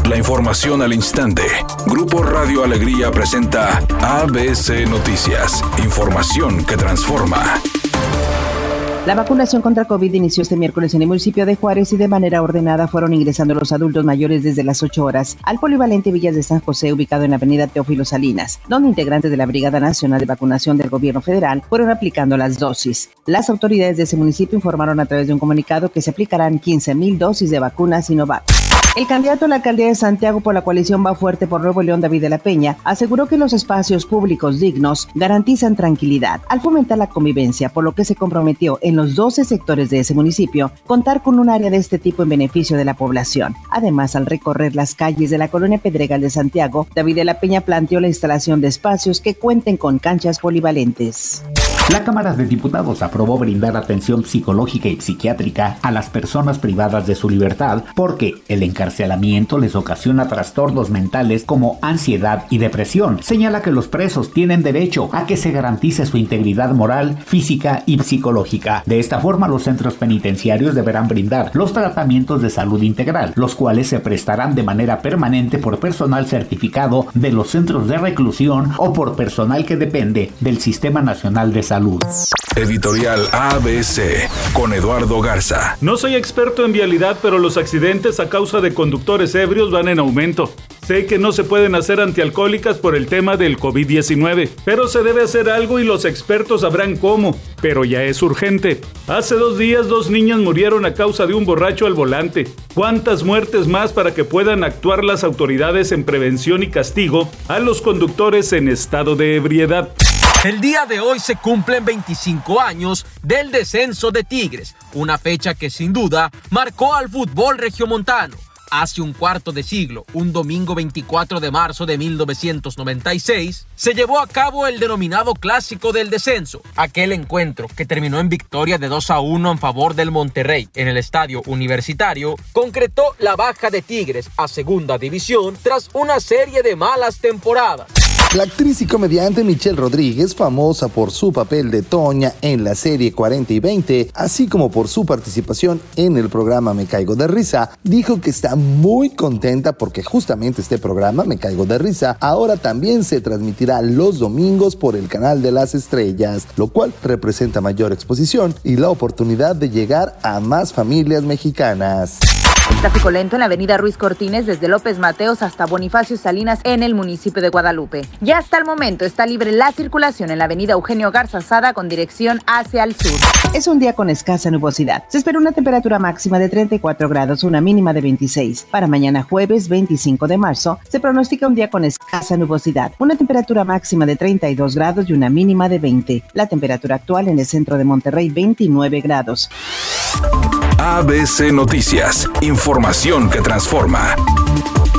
La información al instante. Grupo Radio Alegría presenta ABC Noticias. Información que transforma. La vacunación contra COVID inició este miércoles en el municipio de Juárez y de manera ordenada fueron ingresando los adultos mayores desde las 8 horas al polivalente Villas de San José, ubicado en la avenida Teófilo Salinas, donde integrantes de la Brigada Nacional de Vacunación del Gobierno Federal fueron aplicando las dosis. Las autoridades de ese municipio informaron a través de un comunicado que se aplicarán 15,000 dosis de vacunas Sinovac. El candidato a la alcaldía de Santiago por la coalición Va Fuerte por Nuevo León, David de la Peña, aseguró que los espacios públicos dignos garantizan tranquilidad al fomentar la convivencia, por lo que se comprometió en los 12 sectores de ese municipio contar con un área de este tipo en beneficio de la población. Además, al recorrer las calles de la colonia Pedregal de Santiago, David de la Peña planteó la instalación de espacios que cuenten con canchas polivalentes. La Cámara de Diputados aprobó brindar atención psicológica y psiquiátrica a las personas privadas de su libertad porque el encarcelamiento les ocasiona trastornos mentales como ansiedad y depresión. Señala que los presos tienen derecho a que se garantice su integridad moral, física y psicológica. De esta forma, los centros penitenciarios deberán brindar los tratamientos de salud integral, los cuales se prestarán de manera permanente por personal certificado de los centros de reclusión o por personal que depende del Sistema Nacional de Salud. Editorial ABC con Eduardo Garza. No soy experto en vialidad, pero los accidentes a causa de conductores ebrios van en aumento. Sé que no se pueden hacer antialcohólicas por el tema del COVID-19, pero se debe hacer algo y los expertos sabrán cómo, pero ya es urgente. Hace 2 días 2 niñas murieron a causa de un borracho al volante. ¿Cuántas muertes más para que puedan actuar las autoridades en prevención y castigo a los conductores en estado de ebriedad? El día de hoy se cumplen 25 años del descenso de Tigres, una fecha que sin duda marcó al fútbol regiomontano. Hace un cuarto de siglo, un domingo 24 de marzo de 1996, se llevó a cabo el denominado Clásico del Descenso. Aquel encuentro, que terminó en victoria de 2-1 en favor del Monterrey en el Estadio Universitario, concretó la baja de Tigres a Segunda División tras una serie de malas temporadas. La actriz y comediante Michelle Rodríguez, famosa por su papel de Toña en la serie 40 y 20, así como por su participación en el programa Me Caigo de Risa, dijo que está muy contenta porque justamente este programa, Me Caigo de Risa, ahora también se transmitirá los domingos por el canal de las estrellas, lo cual representa mayor exposición y la oportunidad de llegar a más familias mexicanas. Tráfico lento en la avenida Ruiz Cortines desde López Mateos hasta Bonifacio Salinas en el municipio de Guadalupe. Ya hasta el momento está libre la circulación en la avenida Eugenio Garza Sada con dirección hacia el sur. Es un día con escasa nubosidad. Se espera una temperatura máxima de 34 grados, una mínima de 26. Para mañana jueves 25 de marzo se pronostica un día con escasa nubosidad. Una temperatura máxima de 32 grados y una mínima de 20. La temperatura actual en el centro de Monterrey 29 grados. ABC Noticias. Información que transforma.